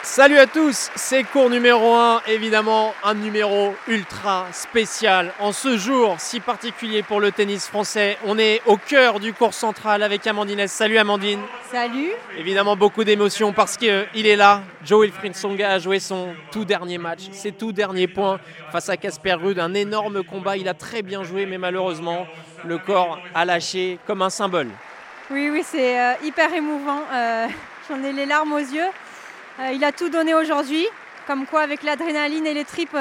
Salut à tous, c'est cours numéro 1, évidemment un numéro ultra spécial. En ce jour si particulier pour le tennis français, on est au cœur du cours central avec Amandine. Salut Amandine. Salut. Évidemment beaucoup d'émotions parce qu'il est là. Jo-Wilfried Tsonga a joué son tout dernier match, ses tout derniers points face à Casper Ruud. Un énorme combat, il a très bien joué mais malheureusement le corps a lâché comme un symbole. Oui, c'est hyper émouvant. J'en ai les larmes aux yeux. Il a tout donné aujourd'hui, comme quoi avec l'adrénaline et les tripes,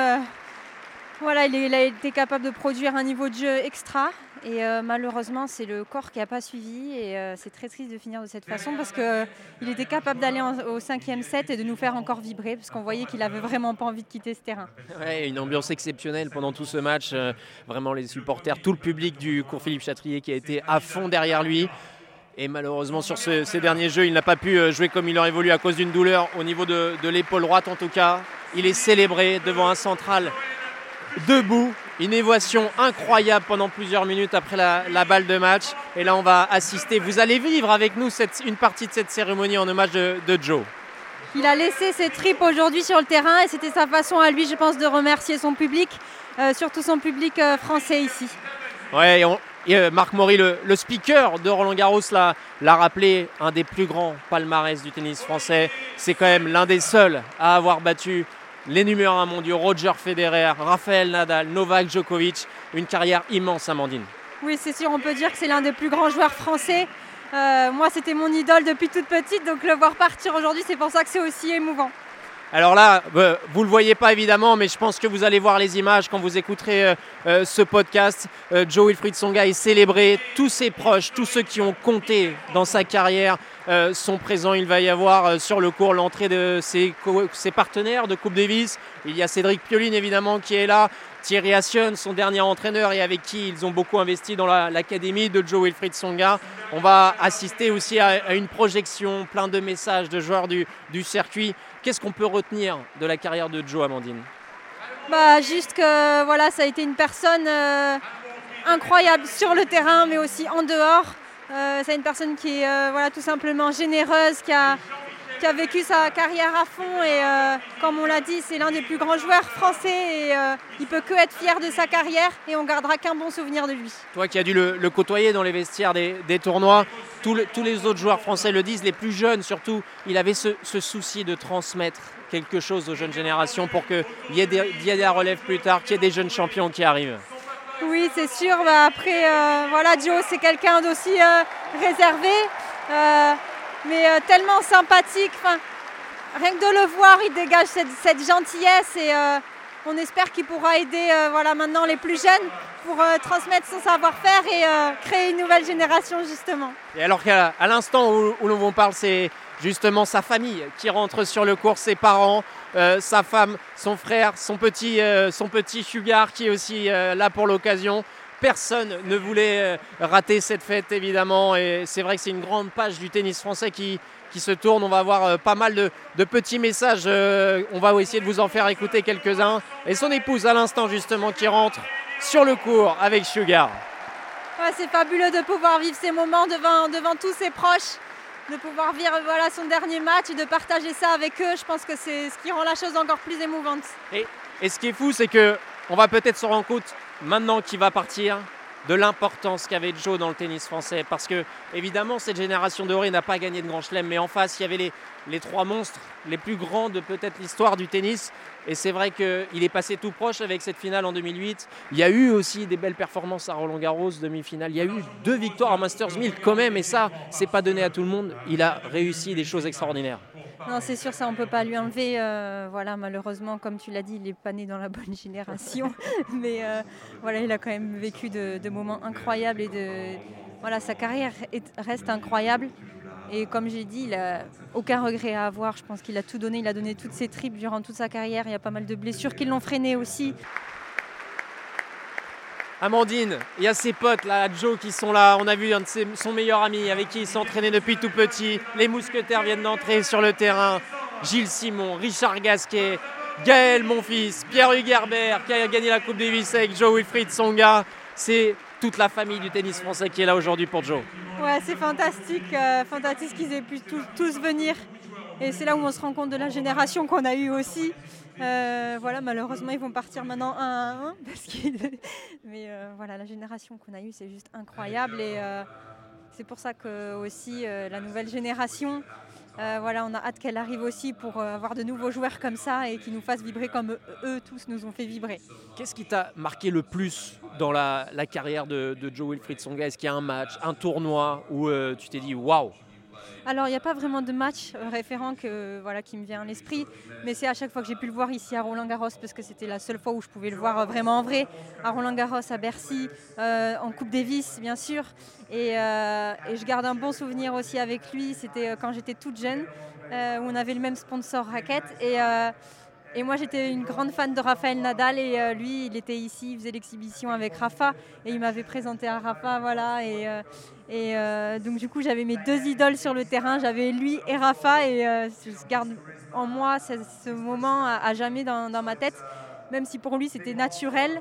il a été capable de produire un niveau de jeu extra. Et malheureusement, c'est le corps qui n'a pas suivi. Et c'est très triste de finir de cette façon parce qu'il était capable d'aller au 5e set et de nous faire encore vibrer parce qu'on voyait qu'il n'avait vraiment pas envie de quitter ce terrain. Ouais, une ambiance exceptionnelle pendant tout ce match. Vraiment les supporters, tout le public du cours Philippe Chatrier qui a été à fond derrière lui. Et malheureusement sur ces derniers jeux, il n'a pas pu jouer comme il aurait voulu à cause d'une douleur au niveau de l'épaule droite en tout cas. Il est célébré devant un central debout. Une émotion incroyable pendant plusieurs minutes après la balle de match. Et là on va assister, vous allez vivre avec nous une partie de cette cérémonie en hommage de Joe. Il a laissé ses tripes aujourd'hui sur le terrain et c'était sa façon à lui, je pense, de remercier son public, surtout son public français ici. Ouais, et Marc Maury, le speaker de Roland-Garros, l'a rappelé, un des plus grands palmarès du tennis français. C'est quand même l'un des seuls à avoir battu les numéros 1 mondiaux, Roger Federer, Rafael Nadal, Novak Djokovic. Une carrière immense, Amandine. Oui, c'est sûr, on peut dire que c'est l'un des plus grands joueurs français. Moi, c'était mon idole depuis toute petite, donc le voir partir aujourd'hui, c'est pour ça que c'est aussi émouvant. Alors là, vous ne le voyez pas évidemment, mais je pense que vous allez voir les images quand vous écouterez ce podcast. Jo-Wilfried Tsonga est célébré, tous ses proches, tous ceux qui ont compté dans sa carrière sont présents. Il va y avoir sur le court l'entrée de ses partenaires de Coupe Davis. Il y a Cédric Pioline évidemment qui est là, Thierry Assion, son dernier entraîneur et avec qui ils ont beaucoup investi dans l'académie de Jo-Wilfried Tsonga. On va assister aussi à une projection, plein de messages de joueurs du circuit. Qu'est-ce qu'on peut retenir de la carrière de Joe, Amandine ? Juste que ça a été une personne incroyable sur le terrain, mais aussi en dehors. C'est une personne qui est tout simplement généreuse, qui a vécu sa carrière à fond et comme on l'a dit, c'est l'un des plus grands joueurs français et il peut que être fier de sa carrière et on gardera qu'un bon souvenir de lui. Toi qui as dû le côtoyer dans les vestiaires des tournois, tous les autres joueurs français le disent, les plus jeunes surtout, il avait ce souci de transmettre quelque chose aux jeunes générations pour qu'il y ait des relèves plus tard, qu'il y ait des jeunes champions qui arrivent. Oui, c'est sûr. Après, Joe, c'est quelqu'un d'aussi réservé. Mais tellement sympathique, rien que de le voir, il dégage cette gentillesse et on espère qu'il pourra aider maintenant les plus jeunes pour transmettre son savoir-faire et créer une nouvelle génération justement. Et alors qu'à l'instant où l'on vous parle, c'est justement sa famille qui rentre sur le court, ses parents, sa femme, son frère, son petit Sugar qui est aussi là pour l'occasion. Personne ne voulait rater cette fête évidemment et c'est vrai que c'est une grande page du tennis français qui se tourne. On va avoir pas mal de petits messages, on va essayer de vous en faire écouter quelques-uns. Et son épouse à l'instant justement qui rentre sur le court avec Sugar. Ouais, c'est fabuleux de pouvoir vivre ces moments devant tous ses proches, de pouvoir vivre son dernier match et de partager ça avec eux. Je pense que c'est ce qui rend la chose encore plus émouvante. Et ce qui est fou, c'est qu'on va peut-être se rendre compte maintenant qu'il va partir de l'importance qu'avait Joe dans le tennis français parce que évidemment cette génération dorée n'a pas gagné de grand chelem mais en face il y avait les trois monstres les plus grands de peut-être l'histoire du tennis et c'est vrai qu'il est passé tout proche avec cette finale en 2008. Il y a eu aussi des belles performances à Roland-Garros, demi-finale, il y a eu 2 victoires à Masters 1000 quand même et ça c'est pas donné à tout le monde. Il a réussi des choses extraordinaires. Non, c'est sûr, ça on ne peut pas lui enlever. Malheureusement, comme tu l'as dit, il n'est pas né dans la bonne génération. Mais il a quand même vécu de moments incroyables et sa carrière reste incroyable. Et comme j'ai dit, il n'a aucun regret à avoir. Je pense qu'il a tout donné, il a donné toutes ses tripes durant toute sa carrière. Il y a pas mal de blessures qui l'ont freiné aussi. Amandine, il y a ses potes là, Joe qui sont là. On a vu son meilleur ami avec qui il s'entraînait depuis tout petit. Les mousquetaires viennent d'entrer sur le terrain. Gilles Simon, Richard Gasquet, Gaël Monfils, Pierre-Hugues Herbert qui a gagné la Coupe Davis avec Jo-Wilfried Tsonga. C'est toute la famille du tennis français qui est là aujourd'hui pour Joe. Ouais, c'est fantastique qu'ils aient pu tous venir Et c'est là où on se rend compte de la génération qu'on a eue aussi. Voilà, malheureusement, ils vont partir maintenant 1 à 1. Mais voilà, la génération qu'on a eue, c'est juste incroyable. Et c'est pour ça que aussi la nouvelle génération, voilà, on a hâte qu'elle arrive aussi pour avoir de nouveaux joueurs comme ça et qui nous fassent vibrer comme eux tous nous ont fait vibrer. Qu'est-ce qui t'a marqué le plus dans la carrière de Jo-Wilfried Tsonga? Est-ce qu'il y a un match, un tournoi où tu t'es dit waouh? Alors, il n'y a pas vraiment de match référent qui me vient à l'esprit, mais c'est à chaque fois que j'ai pu le voir ici à Roland-Garros, parce que c'était la seule fois où je pouvais le voir vraiment en vrai, à Roland-Garros, à Bercy, en Coupe Davis, bien sûr. Et je garde un bon souvenir aussi avec lui, c'était quand j'étais toute jeune, où on avait le même sponsor raquette. Et moi, j'étais une grande fan de Rafael Nadal et lui, il était ici, il faisait l'exhibition avec Rafa et il m'avait présenté à Rafa, voilà. Donc du coup, j'avais mes 2 idoles sur le terrain, j'avais lui et Rafa et je garde en moi ce moment à jamais dans ma tête, même si pour lui, c'était naturel.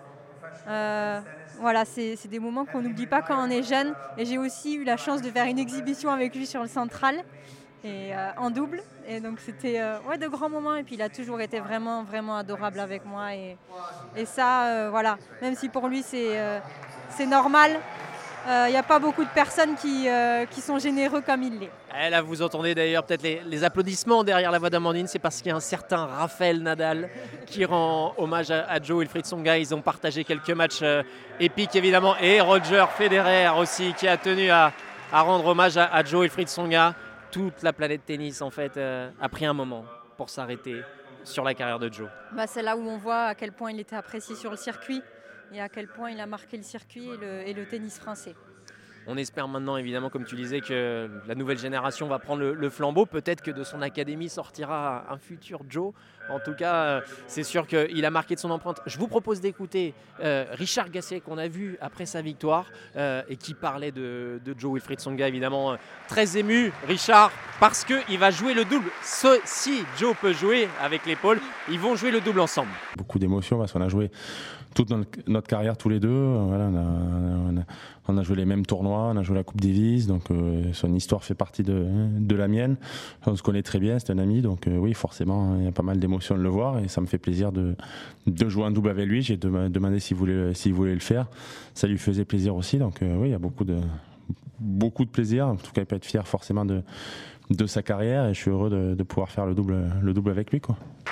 Voilà, c'est des moments qu'on n'oublie pas quand on est jeune. Et j'ai aussi eu la chance de faire une exhibition avec lui sur le Central. Et en double, et donc c'était de grands moments, et puis il a toujours été vraiment vraiment adorable avec moi, et ça voilà, même si pour lui c'est normal, il n'y a pas beaucoup de personnes qui sont généreux comme il l'est. Et là, vous entendez d'ailleurs peut-être les applaudissements derrière la voix d'Amandine, c'est parce qu'il y a un certain Rafael Nadal qui rend hommage à Jo-Wilfried Tsonga. Ils ont partagé quelques matchs épiques évidemment, et Roger Federer aussi qui a tenu à rendre hommage à Jo-Wilfried Tsonga. Toute la planète tennis en fait a pris un moment pour s'arrêter sur la carrière de Jo. C'est là où on voit à quel point il était apprécié sur le circuit et à quel point il a marqué le circuit et le tennis français. On espère maintenant évidemment, comme tu disais, que la nouvelle génération va prendre le flambeau. Peut-être que de son académie sortira un futur Jo. En tout cas, c'est sûr qu'il a marqué de son empreinte. Je vous propose d'écouter Richard Gasquet, qu'on a vu après sa victoire et qui parlait de Jo-Wilfried Tsonga, évidemment très ému. Richard, parce qu'il va jouer le double. Si Jo peut jouer avec l'épaule, ils vont jouer le double ensemble. Beaucoup d'émotions parce qu'on a joué toute notre carrière tous les deux. Voilà, on a joué les mêmes tournois, on a joué la Coupe Davis, donc son histoire fait partie de la mienne. On se connaît très bien, c'est un ami, donc oui, forcément, il y a pas mal d'émotions de le voir et ça me fait plaisir de jouer un double avec lui. J'ai demandé s'il voulait le faire. Ça lui faisait plaisir aussi, donc oui, il y a beaucoup de plaisir. En tout cas, il peut être fier forcément de sa carrière et je suis heureux de pouvoir faire le double avec lui, quoi.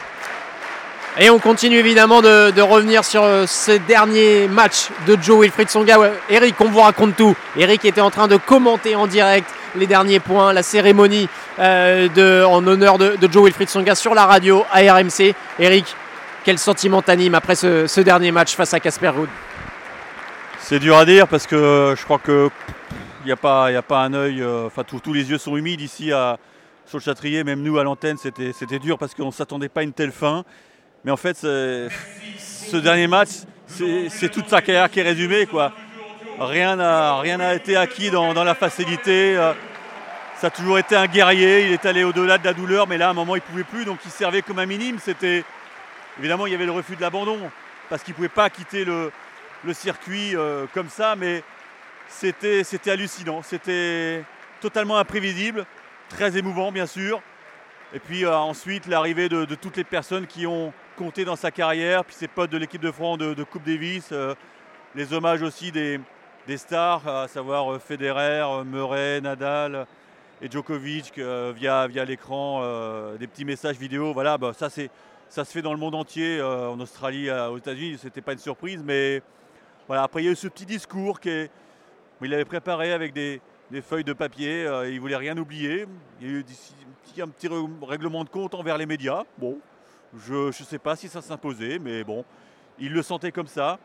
Et on continue évidemment de revenir sur ce dernier match de Jo-Wilfried Tsonga. Eric, on vous raconte tout. Eric était en train de commenter en direct les derniers points, la cérémonie en honneur de Jo-Wilfried Tsonga sur la radio à RMC. Eric, quel sentiment t'anime après ce dernier match face à Casper Ruud? C'est dur à dire parce que je crois qu'il n'y a pas un œil, tous les yeux sont humides ici sur le Châtrier. Même nous à l'antenne, c'était dur parce qu'on ne s'attendait pas à une telle fin. Mais en fait, ce dernier match, c'est toute sa carrière qui est résumée, quoi. Rien n'a été acquis dans la facilité. Ça a toujours été un guerrier. Il est allé au-delà de la douleur, mais là, à un moment, il ne pouvait plus. Donc, il servait comme un minime. Évidemment, il y avait le refus de l'abandon parce qu'il ne pouvait pas quitter le circuit comme ça. Mais c'était hallucinant. C'était totalement imprévisible. Très émouvant, bien sûr. Et puis ensuite, l'arrivée de toutes les personnes qui ont compté dans sa carrière, puis ses potes de l'équipe de France de Coupe Davis, les hommages aussi des stars, à savoir Federer, Murray, Nadal et Djokovic, via l'écran, des petits messages vidéo. Voilà, ça se fait dans le monde entier, en Australie, aux États-Unis, c'était pas une surprise, mais voilà. Après, il y a eu ce petit discours qu'il avait préparé avec des feuilles de papier, il voulait rien oublier. Il y a eu un petit règlement de compte envers les médias. Bon, je ne sais pas si ça s'imposait, mais bon, il le sentait comme ça.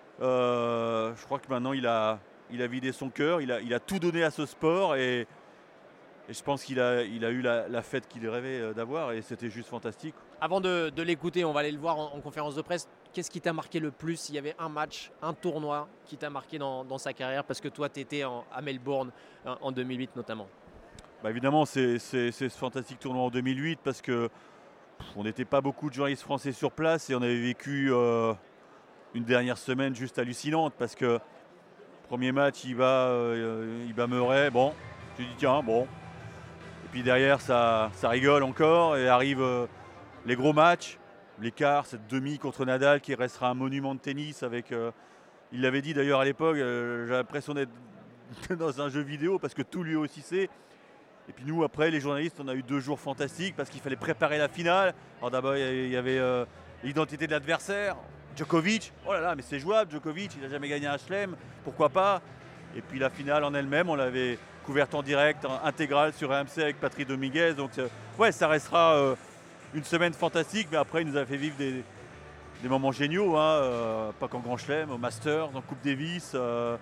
Je crois que maintenant il a vidé son cœur, il a tout donné à ce sport et je pense qu'il a eu la fête qu'il rêvait d'avoir et c'était juste fantastique. Avant de l'écouter, on va aller le voir en conférence de presse. Qu'est-ce qui t'a marqué le plus? S'il y avait un match, un tournoi qui t'a marqué dans sa carrière, parce que toi tu étais à Melbourne en 2008 notamment. Évidemment, c'est ce fantastique tournoi en 2008 parce que on n'était pas beaucoup de journalistes français sur place et on avait vécu une dernière semaine juste hallucinante parce que premier match, il bat Murray, bon, tu dis tiens, bon. Et puis derrière, ça rigole encore et arrivent les gros matchs. L'écart, cette demi contre Nadal qui restera un monument de tennis avec... il l'avait dit d'ailleurs à l'époque, j'ai l'impression d'être dans un jeu vidéo parce que tout lui aussi c'est. Et puis nous, après, les journalistes, on a eu 2 jours fantastiques parce qu'il fallait préparer la finale. Alors d'abord, il y avait l'identité de l'adversaire. Djokovic, oh là là, mais c'est jouable, Djokovic, il n'a jamais gagné un chelem, pourquoi pas. Et puis la finale en elle-même, on l'avait couverte en direct, intégrale sur RMC avec Patrick Dominguez. Donc ouais, ça restera une semaine fantastique, mais après, il nous a fait vivre des moments géniaux, hein, pas qu'en Grand Chelem, au Masters, en Coupe Davis.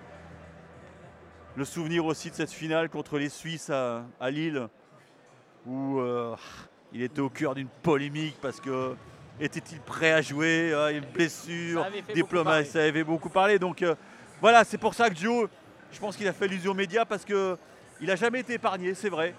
Le souvenir aussi de cette finale contre les Suisses à Lille, où il était au cœur d'une polémique parce que était-il prêt à jouer, une blessure, diplomatie, ça avait beaucoup parlé. Donc voilà, c'est pour ça que Joe, je pense qu'il a fait allusion aux médias parce qu'il n'a jamais été épargné, c'est vrai.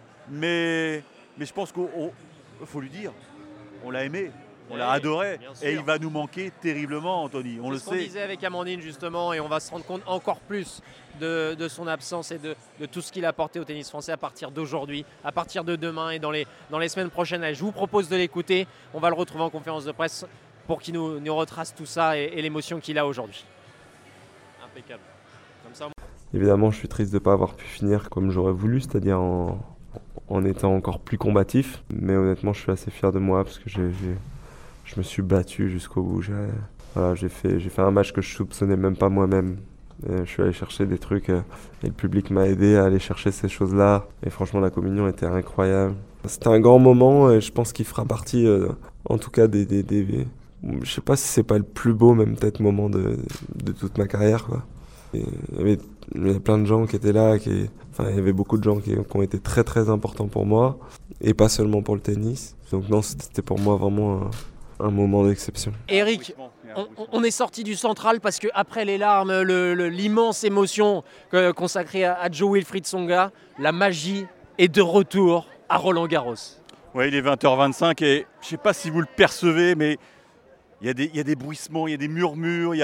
Mais je pense qu'il faut lui dire, on l'a aimé. On l'a adoré et il va nous manquer terriblement, Anthony. On le sait. C'est ce qu'on disait avec Amandine justement, et on va se rendre compte encore plus de son absence et de tout ce qu'il a apporté au tennis français à partir d'aujourd'hui, à partir de demain et dans les semaines prochaines. Allez, je vous propose de l'écouter. On va le retrouver en conférence de presse pour qu'il nous retrace tout ça et l'émotion qu'il a aujourd'hui. Impeccable. Comme ça. Évidemment, je suis triste de ne pas avoir pu finir comme j'aurais voulu, c'est-à-dire en étant encore plus combatif. Mais honnêtement, je suis assez fier de moi parce que je me suis battu jusqu'au bout. J'ai fait un match que je soupçonnais même pas moi-même. Je suis allé chercher des trucs et le public m'a aidé à aller chercher ces choses-là. Et franchement, la communion était incroyable. C'était un grand moment et je pense qu'il fera partie, en tout cas, je sais pas si c'est pas le plus beau, même peut-être moment de toute ma carrière, quoi. Et il y avait plein de gens qui étaient là, il y avait beaucoup de gens qui ont été très très importants pour moi et pas seulement pour le tennis. Donc non, c'était pour moi vraiment un moment d'exception. Eric, on est sorti du central parce qu'après les larmes, l'immense émotion consacrée à Jo-Wilfried Tsonga, la magie est de retour à Roland-Garros. Oui, il est 20h25 et je ne sais pas si vous le percevez, mais il y a des bruissements, il y a des murmures,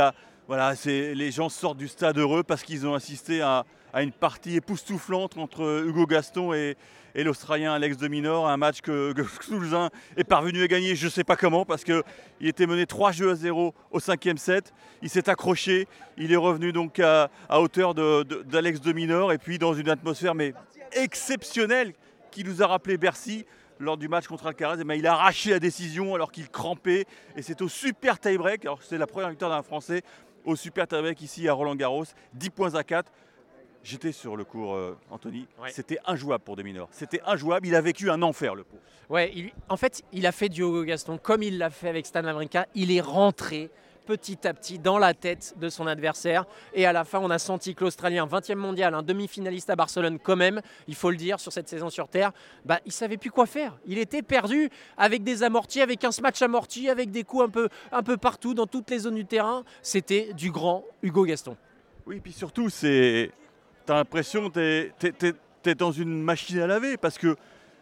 les gens sortent du stade heureux parce qu'ils ont assisté à une partie époustouflante entre Hugo Gaston et l'Australien Alex de Minaur, un match que Toulousain est parvenu à gagner, je ne sais pas comment, parce qu'il était mené 3-0 au 5e set, il s'est accroché, il est revenu donc à hauteur d'Alex de Minaur, et puis dans une atmosphère mais exceptionnelle qui nous a rappelé Bercy lors du match contre Alcaraz. Il a arraché la décision alors qu'il crampait, et c'est au super tie-break, alors c'est la première victoire d'un Français, au super tie-break ici à Roland-Garros, 10 points à 4. J'étais sur le court, Anthony. Ouais. C'était injouable pour de Minaur. C'était injouable. Il a vécu un enfer, le pauvre. Ouais, en fait, il a fait du Hugo Gaston comme il l'a fait avec Stan Wawrinka. Il est rentré petit à petit dans la tête de son adversaire. Et à la fin, on a senti que l'Australien, 20e mondial, un demi-finaliste à Barcelone quand même, il faut le dire, sur cette saison sur Terre, il ne savait plus quoi faire. Il était perdu avec des amortis, avec un smash amorti, avec des coups un peu partout, dans toutes les zones du terrain. C'était du grand Hugo Gaston. Oui, et puis surtout, t'as l'impression que t'es dans une machine à laver parce que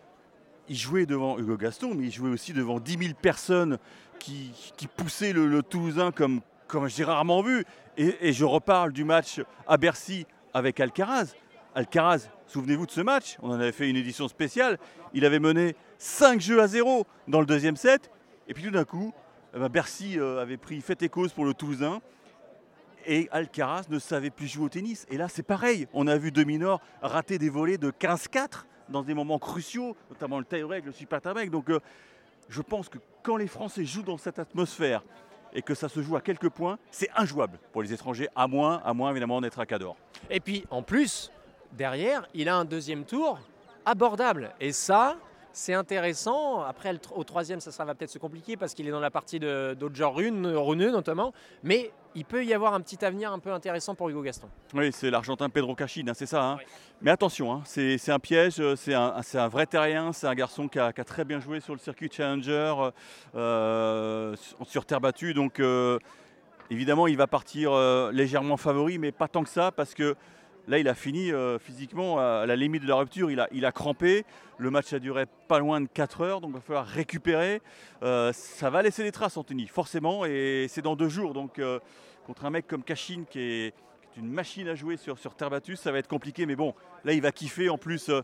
il jouait devant Hugo Gaston, mais il jouait aussi devant 10 000 personnes qui poussaient le Toulousain comme j'ai rarement vu. Et je reparle du match à Bercy avec Alcaraz. Alcaraz, souvenez-vous de ce match, on en avait fait une édition spéciale. Il avait mené 5-0 dans le 2e set. Et puis tout d'un coup, Bercy avait pris fait et cause pour le Toulousain. Et Alcaraz ne savait plus jouer au tennis. Et là, c'est pareil. On a vu de Minaur rater des volées de 15-4 dans des moments cruciaux, notamment le tie-break, le super tie-break. Donc, je pense que quand les Français jouent dans cette atmosphère et que ça se joue à quelques points, c'est injouable pour les étrangers, à moins évidemment d'être à Cador. Et puis, en plus, derrière, il a un 2e tour abordable. Et ça, c'est intéressant. Après, au 3e, ça va peut-être se compliquer parce qu'il est dans la partie d'Odger Rune notamment. Mais il peut y avoir un petit avenir un peu intéressant pour Hugo Gaston. Oui, c'est l'Argentin Pedro Cachin, c'est ça. Hein. Oui. Mais attention, c'est un piège, c'est un vrai terrien, c'est un garçon qui a très bien joué sur le circuit Challenger, sur terre battue. Donc, évidemment, il va partir légèrement favori, mais pas tant que ça, parce que là, il a fini physiquement à la limite de la rupture. Il a crampé. Le match a duré pas loin de 4 heures, donc il va falloir récupérer. Ça va laisser des traces, Anthony, forcément, et c'est dans 2 jours. Donc, contre un mec comme Cachin, qui est une machine à jouer sur terre battue, ça va être compliqué. Mais bon, là, il va kiffer. En plus,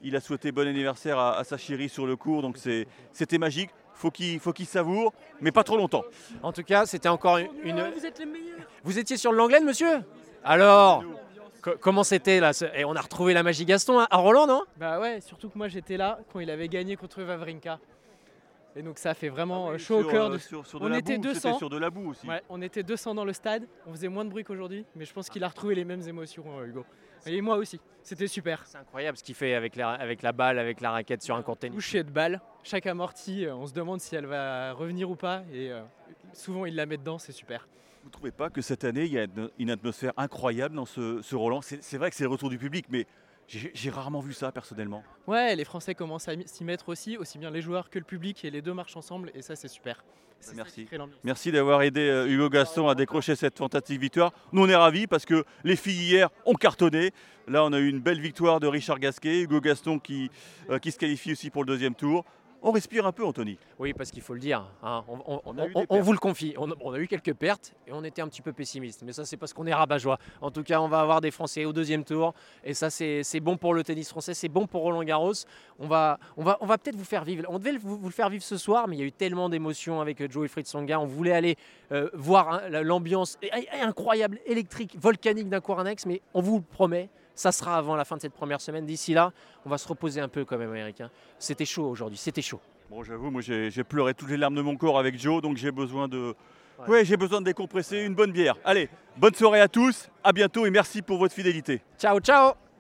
Il a souhaité bon anniversaire à sa chérie sur le court, donc c'était magique. Faut qu'il savoure, mais pas trop longtemps. En tout cas, c'était encore une. Vous êtes les meilleurs. Vous étiez sur le Langlaine, monsieur? Alors, comment c'était là? Et on a retrouvé la magie Gaston à Roland, non? Bah ouais, surtout que moi j'étais là quand il avait gagné contre Wawrinka. Et donc ça fait vraiment chaud au cœur. On était 200. C'était sur de la boue aussi. Ouais, on était 200 dans le stade, on faisait moins de bruit qu'aujourd'hui, mais je pense qu'il a retrouvé les mêmes émotions, Hugo. Et moi aussi, c'était super. C'est incroyable ce qu'il fait avec la balle, avec la raquette sur un court tennis. Toucher de balle, chaque amorti, on se demande si elle va revenir ou pas, et souvent il la met dedans, c'est super. Vous ne trouvez pas que cette année, il y a une atmosphère incroyable dans ce Roland? C'est vrai que c'est le retour du public, mais j'ai rarement vu ça personnellement. Ouais, les Français commencent à s'y mettre aussi bien les joueurs que le public, et les deux marchent ensemble, et ça c'est super. Merci. Merci d'avoir aidé Hugo Gaston à décrocher cette fantastique victoire. Nous on est ravis parce que les filles hier ont cartonné. Là on a eu une belle victoire de Richard Gasquet, Hugo Gaston qui se qualifie aussi pour le deuxième tour. On respire un peu, Anthony. Oui, parce qu'il faut le dire, hein, a eu des on pertes. vous le confie, on a eu quelques pertes et on était un petit peu pessimiste. Mais ça, c'est parce qu'on est rabat-joie. En tout cas, on va avoir des Français au deuxième tour. Et ça, c'est bon pour le tennis français, c'est bon pour Roland Garros. On va peut-être vous faire vivre. On devait vous le faire vivre ce soir, mais il y a eu tellement d'émotions avec Jo-Wilfried Tsonga. On voulait aller voir l'ambiance incroyable, électrique, volcanique d'un court annexe. Mais on vous le promet, ça sera avant la fin de cette première semaine. D'ici là, on va se reposer un peu quand même, Eric. C'était chaud aujourd'hui, c'était chaud. Bon, j'avoue, moi j'ai pleuré toutes les larmes de mon corps avec Joe, donc j'ai besoin de... Ouais, j'ai besoin de décompresser, une bonne bière. Allez, bonne soirée à tous, à bientôt et merci pour votre fidélité. Ciao, ciao!